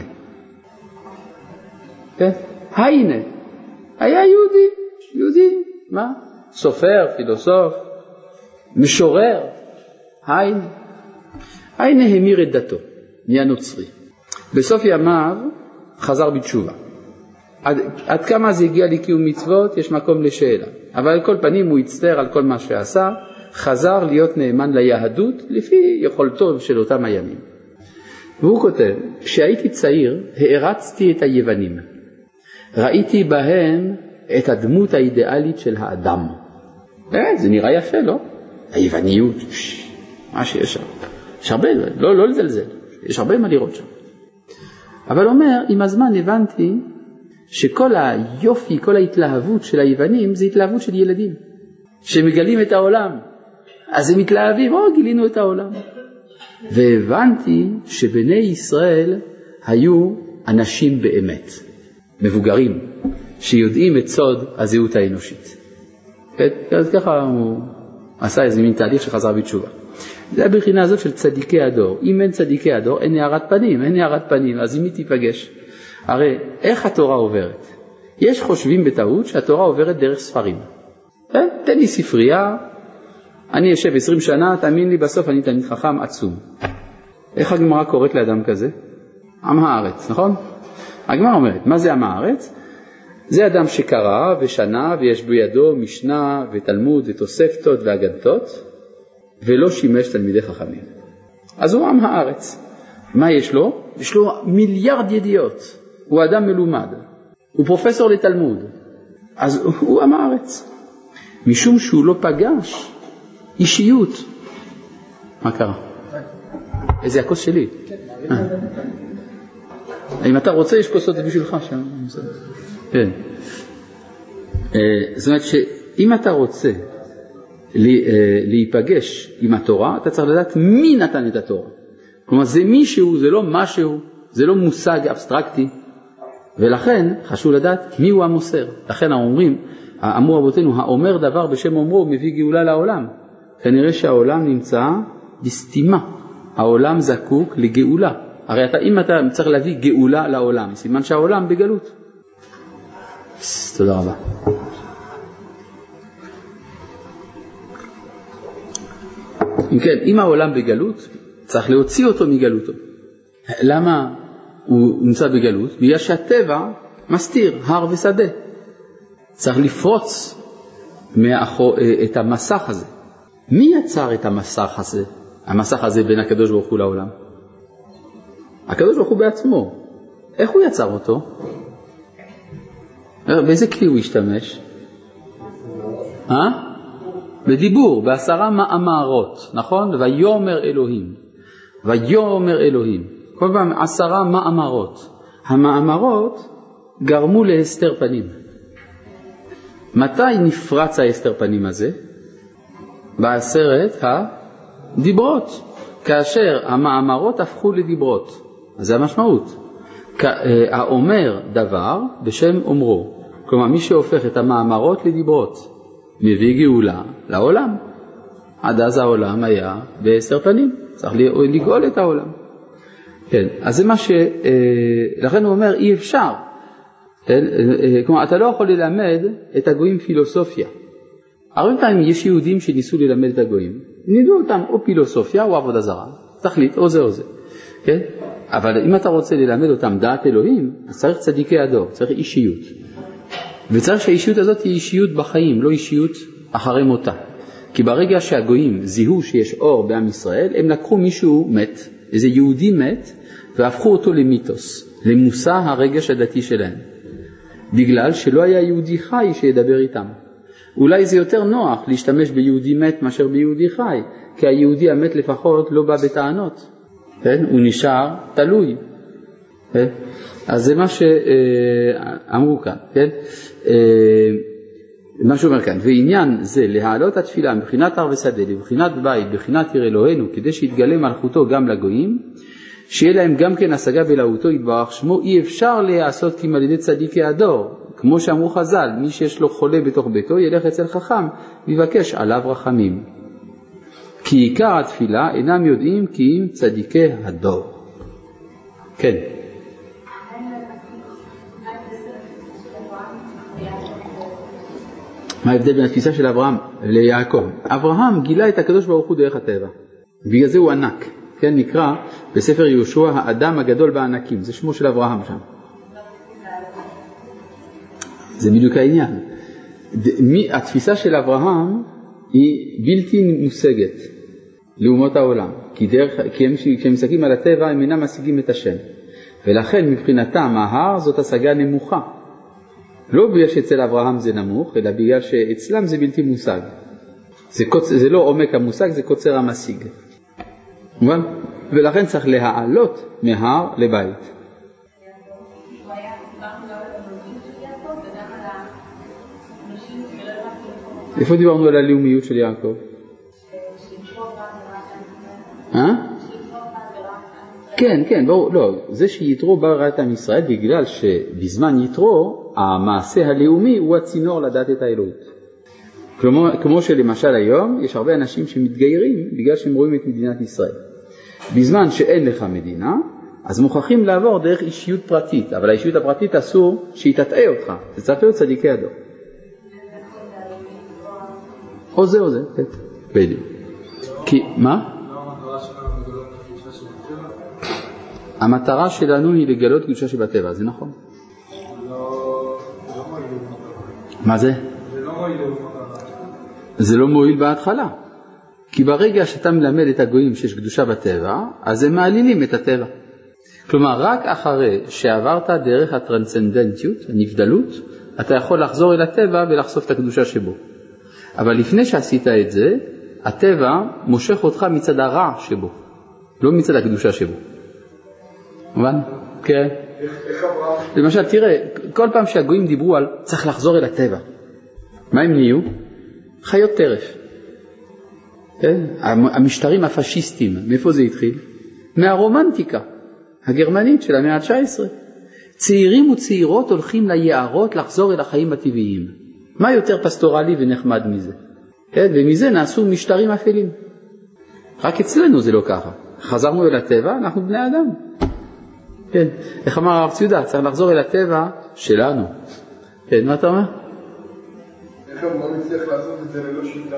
S1: כן? היינה. היה יהודי, יהודי, מה? סופר, פילוסוף, משורר. היינה. היינה המיר את דתו, נהיה נוצרי. בסוף ימיו חזר בתשובה. עד, עד כמה זה הגיע לקיום מצוות, יש מקום לשאלה. אבל על כל פנים הוא הצטער על כל מה שעשה, חזר להיות נאמן ליהדות לפי יכולתו של אותם הימים. והוא כותב, כשהייתי צעיר הערצתי את היוונים. ראיתי בהם את הדמות האידיאלית של האדם. באמת, זה נראה יפה, לא? היווניות, ש... מה שיש שם. יש הרבה, לא, לא לזלזל, יש הרבה מה לראות שם. אבל אומר, עם הזמן הבנתי שכל היופי, כל ההתלהבות של היוונים זה התלהבות של ילדים. שמגלים את העולם. אז הם מתלהבים, או גילינו את העולם. והבנתי שבני ישראל היו אנשים באמת, מבוגרים, שיודעים את סוד הזהות האנושית. אז ככה הוא עשה איזה מין תהליך שחזר בתשובה. זה הבחינה הזאת של צדיקי הדור. אם אין צדיקי הדור, אין הערת פנים, אין הערת פנים, אז אם היא תיפגש. הרי איך התורה עוברת? יש חושבים בטעות שהתורה עוברת דרך ספרים. תן לי ספרייה, אני יושב עשרים שנה, תאמין לי בסוף אני תלמיד חכם עצום. איך הגמרא קוראת לאדם כזה? עם הארץ, נכון? הגמרא אומרת, מה זה עם הארץ? זה אדם שקרא ושנה ויש בידו משנה ותלמוד ותוספתות ואגדתות, ולא שימש תלמידי חכמים. אז הוא עם הארץ. מה יש לו? יש לו מיליארד ידיעות. הוא אדם מלומד. הוא פרופסור לתלמוד. אז הוא עם הארץ. משום שהוא לא פגש אישיות. מה קרה? איזה הכוס שלי. אם אתה רוצה, יש כוסות בשבילך שם. כן. זאת אומרת שאם אתה רוצה להיפגש עם התורה, אתה צריך לדעת מי נתן את התורה. כלומר, זה מישהו, זה לא משהו, זה לא מושג אבסטרקטי, ולכן חשוב לדעת מי הוא המוסר. לכן אומרים, אמרו רבותינו, האומר דבר בשם אומרו מביא גאולה לעולם. כנראה שהעולם נמצא בסתימה. העולם זקוק לגאולה. הרי אתה, אם אתה צריך להביא גאולה לעולם, סימן שהעולם בגלות. תודה רבה. אם כן, אם העולם בגלות, צריך להוציא אותו מגלותו. למה הוא נמצא בגלות? בגלל שהטבע מסתיר הר ושדה. צריך לפרוץ מאחור, את המסך הזה. מי יצר את המסך הזה? המסך הזה בין הקדוש ברוך הוא לעולם. הקדוש ברוך הוא בעצמו. איך הוא יצר אותו? באיזה כלי הוא השתמש? אה? בדיבור, בעשרה מאמרות, נכון? ויאמר אלוהים. ויאמר אלוהים. כל פעם עשרה מאמרות. המאמרות גרמו להסתר פנים. מתי נפרץ ההסתר פנים הזה? בעשרת הדיברות. כאשר המאמרות הפכו לדיברות. אז זה המשמעות. האומר דבר בשם אומרו. כלומר, מי שהופך את המאמרות לדיברות, מביא גאולה לעולם. עד אז העולם היה בהסתר פנים. צריך לגאול את העולם. כן, אז זה מה ש... לכן הוא אומר, אי אפשר. כלומר, אתה לא יכול ללמד את הגויים פילוסופיה. הרבה פעמים יש יהודים שניסו ללמד את הגויים. נידו אותם או פילוסופיה או עבודה זרה. תחליט, או זה או זה. כן? אבל אם אתה רוצה ללמד אותם דעת אלוהים, אז צריך צדיקי הדור, צריך אישיות. וצריך שהאישיות הזאת היא אישיות בחיים, לא אישיות אחרי מותה. כי ברגע שהגויים זיהו שיש אור בעם ישראל, הם לקחו מישהו מת, איזה יהודי מת, והפכו אותו למיתוס, למושא הרגש הדתי שלהם. בגלל שלא היה יהודי חי שידבר איתם. אולי זה יותר נוח להשתמש ביהודי מת מאשר ביהודי חי, כי היהודי המת לפחות לא בא בטענות. כן? הוא נשאר תלוי. כן? אז זה מה שאמרו כאן. כן? מה שאומר כאן, ועניין זה להעלות התפילה מבחינת הר ושדה לבחינת בית, בחינת עיר אלוהינו, כדי שיתגלה מלכותו גם לגויים, שיהיה להם גם כן השגה בלהותו יתברך שמו, אי אפשר לעשות כי על ידי צדיקי הדור. כמו שאמרו חז"ל, מי שיש לו חולה בתוך ביתו ילך אצל חכם ויבקש עליו רחמים. כי עיקר התפילה אינם יודעים כי אם צדיקי הדור. כן. מה ההבדל בין התפיסה של אברהם ליעקב? אברהם גילה את הקדוש ברוך הוא דרך הטבע. בגלל זה הוא ענק. כן, נקרא בספר יהושע האדם הגדול בענקים. זה שמו של אברהם שם. זה בדיוק העניין. התפיסה של אברהם היא בלתי מושגת לאומות העולם. כי, דרך, כי הם, כשהם מסתכלים על הטבע הם אינם משיגים את השם. ולכן מבחינתם ההר זאת השגה נמוכה. לא בגלל שאצל אברהם זה נמוך, אלא בגלל שאצלם זה בלתי מושג. זה, קוצ... זה לא עומק המושג, זה קוצר המשיג. מובן? ולכן צריך להעלות מהר לבית. איפה דיברנו על הלאומיות של יעקב? אה? כן, כן, ברור, לא, זה שיתרו בראת עם ישראל בגלל שבזמן יתרו המעשה הלאומי הוא הצינור לדעת את האלוהות. כמו, כמו שלמשל היום יש הרבה אנשים שמתגיירים בגלל שהם רואים את מדינת ישראל. בזמן שאין לך מדינה, אז מוכרחים לעבור דרך אישיות פרטית, אבל האישיות הפרטית אסור שהיא תטעה אותך, זה צריך להיות צדיקי הדור. או זה או זה, כן, בדיוק. כי, מה? המטרה שלנו היא לגלות קדושה שבטבע, זה נכון? מה זה? זה לא מועיל בהתחלה. כי ברגע שאתה מלמד את הגויים שיש קדושה בטבע, אז הם מעלילים את הטבע. כלומר, רק אחרי שעברת דרך הטרנסצנדנטיות, הנבדלות, אתה יכול לחזור אל הטבע ולחשוף את הקדושה שבו. אבל לפני שעשית את זה, הטבע מושך אותך מצד הרע שבו, לא מצד הקדושה שבו. מובן? כן. למשל, תראה, כל פעם שהגויים דיברו על צריך לחזור אל הטבע, מה הם נהיו? חיות טרף. כן? המשטרים הפשיסטיים, מאיפה זה התחיל? מהרומנטיקה הגרמנית של המאה ה-תשע עשרה. צעירים וצעירות הולכים ליערות לחזור אל החיים הטבעיים. מה יותר פסטורלי ונחמד מזה? כן? ומזה נעשו משטרים אפלים. רק אצלנו זה לא ככה. חזרנו אל הטבע, אנחנו בני אדם. כן. איך אמר הרב ציודה? צריך לחזור אל הטבע שלנו. כן, מה אתה אומר?
S3: איך הוא לא מצליח לעשות את זה ללא שיטה?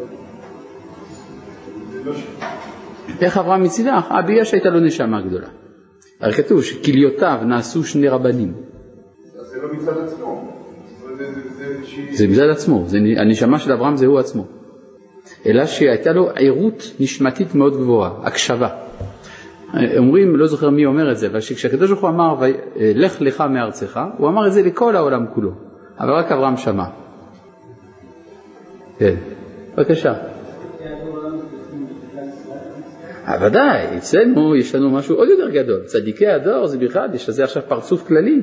S1: איך אברהם מצליח? אה, בגלל שהייתה לו נשמה גדולה. הרי כתוב שכליותיו נעשו שני רבנים.
S3: אז זה לא מצד עצמו.
S1: זה מצד עצמו. הנשמה של אברהם זה הוא עצמו. אלא שהייתה לו עירות נשמתית מאוד גבוהה, הקשבה. אומרים, לא זוכר מי אומר את זה, אבל כשהקדוש ברוך הוא אמר, לך לך מארצך, הוא אמר את זה לכל העולם כולו. אבל רק אברהם שמע. כן, בבקשה. ודאי, אצלנו יש לנו משהו עוד יותר גדול. צדיקי הדור זה בכלל, יש לזה עכשיו פרצוף כללי.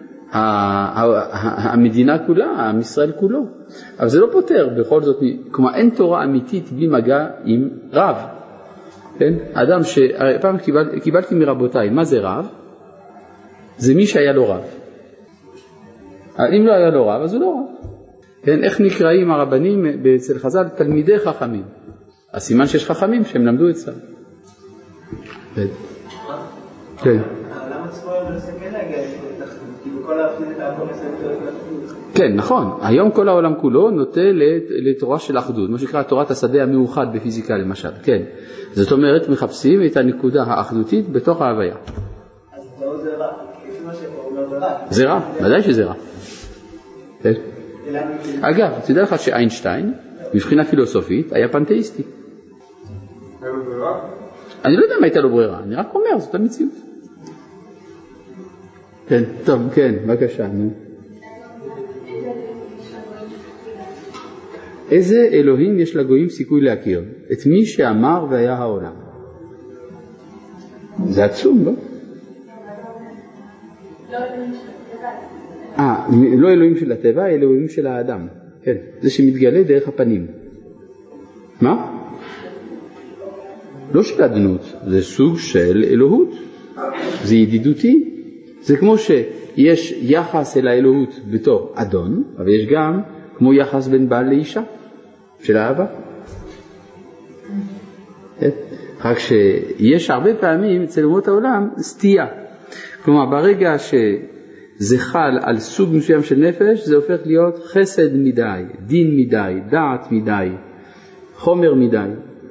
S1: המדינה כולה, עם ישראל כולו. אבל זה לא פותר בכל זאת, כלומר אין תורה אמיתית בלי מגע עם רב. כן? אדם שפעם קיבל, קיבלתי מרבותיי, מה זה רב? זה מי שהיה לו רב. אם לא היה לו רב, אז הוא לא רב. כן? איך נקראים הרבנים אצל חז"ל? תלמידי חכמים. הסימן שיש חכמים שהם למדו אצלם. כן. כן.
S4: למה עצמו היום מנסה כן להגיע לתחתות? כי בכל האפנית העבור מנסה לתחתות.
S1: כן, נכון. היום כל העולם כולו נוטה לתורה של אחדות, מה שנקרא תורת השדה המאוחד בפיזיקה למשל. כן. זאת אומרת, מחפשים את הנקודה האחדותית בתוך ההוויה. זה רע, ודאי שזה רע. אגב, תדע לך שאיינשטיין, מבחינה פילוסופית, היה פנתאיסטי.
S3: היה לו ברירה?
S1: אני לא יודע מה הייתה לו ברירה, אני רק אומר, זאת המציאות. כן, טוב, כן, בבקשה, נו. איזה אלוהים יש לגויים סיכוי להכיר? את מי שאמר והיה העולם. זה עצום, לא? אה, לא אלוהים של הטבע, אלא אלוהים של האדם. כן, זה שמתגלה דרך הפנים. מה? לא של אדנות, זה סוג של אלוהות. זה ידידותי. זה כמו שיש יחס אל האלוהות בתור אדון, אבל יש גם כמו יחס בין בעל לאישה, של האהבה. רק שיש הרבה פעמים אצל אומות העולם סתייה. כלומר, ברגע שזה חל על סוג מסוים של נפש, זה הופך להיות חסד מדי, דין מדי, דעת מדי, חומר מדי.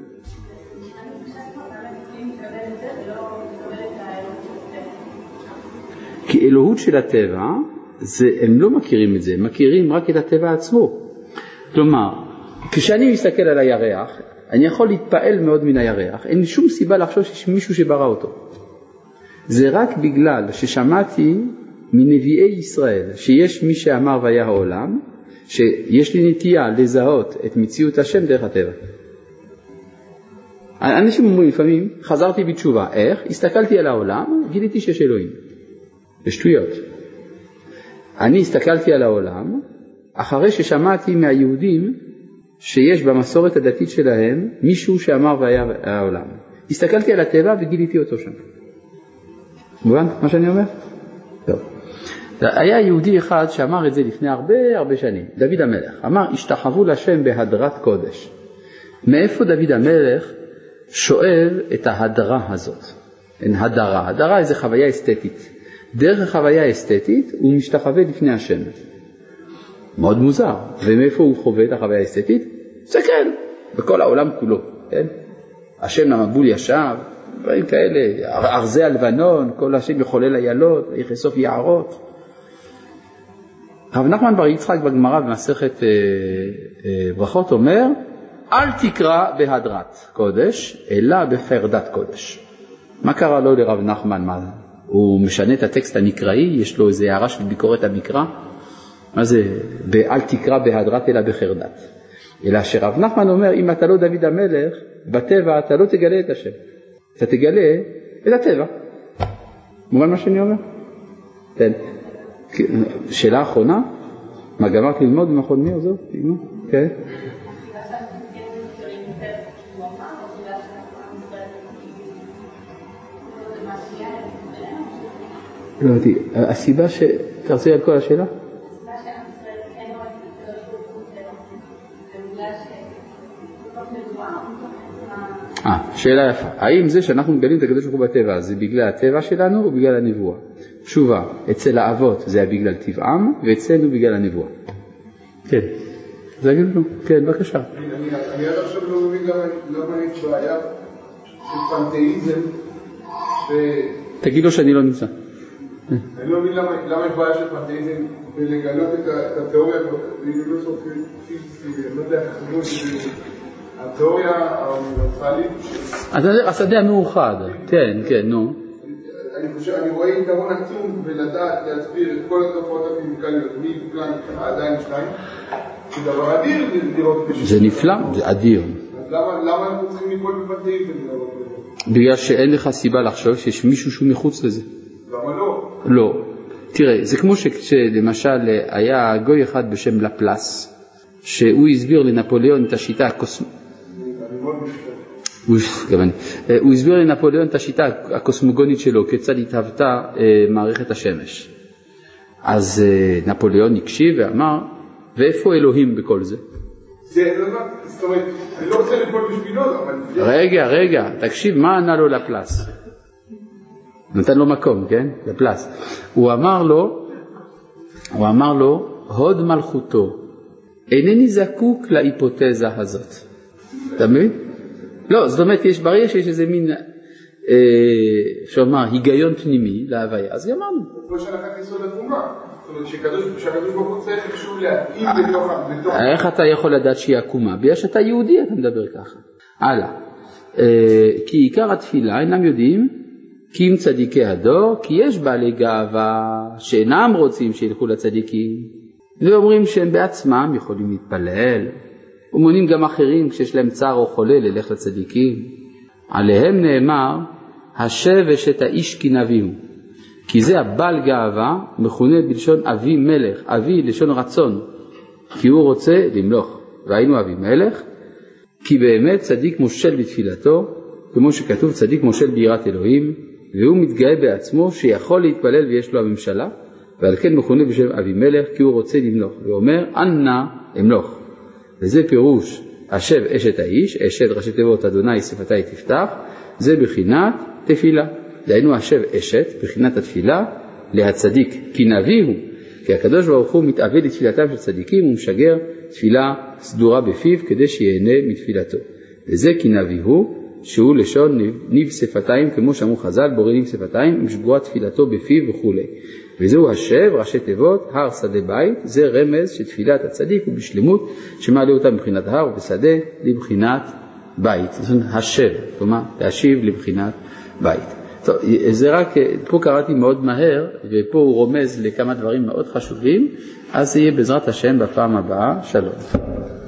S1: כי אלוהות של הטבע, זה, הם לא מכירים את זה, הם מכירים רק את הטבע עצמו. כלומר, כשאני מסתכל על הירח, אני יכול להתפעל מאוד מן הירח, אין לי שום סיבה לחשוב שיש מישהו שברא אותו. זה רק בגלל ששמעתי מנביאי ישראל שיש מי שאמר והיה העולם, שיש לי נטייה לזהות את מציאות השם דרך הטבע. אנשים אומרים לפעמים, חזרתי בתשובה, איך? הסתכלתי על העולם, גיליתי שיש אלוהים. בשטויות. אני הסתכלתי על העולם, אחרי ששמעתי מהיהודים שיש במסורת הדתית שלהם מישהו שאמר והיה העולם. הסתכלתי על הטבע וגיליתי אותו שם. מובן מה שאני אומר? טוב. היה יהודי אחד שאמר את זה לפני הרבה הרבה שנים, דוד המלך. אמר, השתחוו לשם בהדרת קודש. מאיפה דוד המלך שואל את ההדרה הזאת? אין הדרה. הדרה איזו חוויה אסתטית. דרך החוויה האסתטית הוא משתחווה לפני השם. מאוד מוזר. ומאיפה הוא חווה את החוויה האסתטית? זה כן, בכל העולם כולו. כן? השם למבול ישב, דברים כאלה, ארזי הלבנון, כל השם יחולל איילות, יחשוף יערות. רב נחמן בר יצחק בגמרא במסכת אה, אה, ברכות אומר, אל תקרא בהדרת קודש, אלא בחרדת קודש. מה קרה לו לרב נחמן? מה? הוא משנה את הטקסט המקראי, יש לו איזו הערה של ביקורת המקרא. מה זה? אל תקרא בהדרת אלא בחרדת. אלא שרב נחמן אומר, אם אתה לא דוד המלך, בטבע אתה לא תגלה את השם. אתה תגלה את הטבע. מובן מה שאני אומר? כן. שאלה אחרונה, מה גמרת ללמוד במכון מיר זו? כן. לא יודעתי, הסיבה ש... תרצי על כל השאלה? אה, שאלה יפה. האם זה שאנחנו מגלים את הקדוש ברוך הוא בטבע, זה בגלל הטבע שלנו או בגלל הנבואה? תשובה, אצל האבות זה היה בגלל טבעם, ואצלנו בגלל הנבואה. כן. זה אגיד לנו. כן, בבקשה.
S3: אני עד עכשיו לא מבין למה יש בעיה של פנתאיזם.
S1: תגיד לו שאני לא נמצא.
S3: אני לא מבין למה יש בעיה של פנתאיזם ולגלות את התיאוריה, לא סופית, לא יודע איך חשבו את זה. התיאוריה האוניברסלית...
S1: השדה המאוחד, כן, כן, נו.
S3: אני חושב, אני רואה יתרון עצום בלדעת להסביר את כל התופעות הפיזיקליות מפלנק עד איינשטיין, זה דבר אדיר לראות בשביל...
S1: זה נפלא, זה אדיר.
S3: אז למה אנחנו צריכים ליפול בפנתאיזם?
S1: בגלל שאין לך סיבה לחשוב שיש מישהו שהוא מחוץ לזה.
S3: למה לא?
S1: לא. תראה, זה כמו שלמשל היה גוי אחד בשם לפלס, שהוא הסביר לנפוליאון את השיטה הקוסמית. הוא הסביר לנפוליאון את השיטה הקוסמוגונית שלו, כיצד התהוותה מערכת השמש. אז נפוליאון הקשיב ואמר, ואיפה אלוהים בכל זה?
S3: זה, זאת אומרת, אני לא רוצה לפעול בשבילו, אבל...
S1: רגע, רגע, תקשיב, מה ענה לו לפלס? נתן לו מקום, כן? לפלס. הוא אמר לו, הוא אמר לו, הוד מלכותו, אינני זקוק להיפותזה הזאת. אתה מבין? לא, זאת אומרת, יש ברגע שיש איזה מין, אפשר לומר, היגיון פנימי להוויה, אז אמרנו.
S3: פה שהנחת יסוד התרומה. זאת אומרת שהקדוש ברוך הוא צריך איכשהו להתאים בתוך...
S1: איך אתה יכול לדעת שהיא עקומה? בגלל שאתה יהודי אתה מדבר ככה. הלאה. כי עיקר התפילה אינם יודעים כי אם צדיקי הדור, כי יש בעלי גאווה שאינם רוצים שילכו לצדיקים, ואומרים שהם בעצמם יכולים להתפלל, ומונים גם אחרים כשיש להם צער או חולה ללך לצדיקים. עליהם נאמר, השב אשת האיש כי נביאו, כי זה הבעל גאווה, מכונה בלשון אבי מלך, אבי לשון רצון, כי הוא רוצה למלוך, והיינו אבי מלך, כי באמת צדיק מושל בתפילתו, כמו שכתוב צדיק מושל ביראת אלוהים, והוא מתגאה בעצמו שיכול להתפלל ויש לו הממשלה, ועל כן מכונה בשם אבי מלך, כי הוא רוצה למלוך, ואומר אנא אמלוך. וזה פירוש השב אשת האיש, אשת ראשי תיבות אדוני שפתי תפתח, זה בחינת תפילה. דהיינו השב אשת, בחינת התפילה, להצדיק, כי נביא הוא, כי הקדוש ברוך הוא מתאווה לתפילתם של צדיקים, ומשגר תפילה סדורה בפיו, כדי שיהנה מתפילתו. וזה כי נביא הוא, שהוא לשון ניב שפתיים, כמו שאמרו חז"ל, בורא ניב שפתיים, ושגורה תפילתו בפיו וכו'. וזהו השב, ראשי תיבות, הר שדה בית, זה רמז שתפילת הצדיק הוא בשלמות, שמעלה אותה מבחינת הר ובשדה לבחינת בית. זאת אומרת, השב, כלומר, להשיב לבחינת בית. טוב, זה רק, פה קראתי מאוד מהר, ופה הוא רומז לכמה דברים מאוד חשובים, אז זה יהיה בעזרת השם בפעם הבאה. שלום.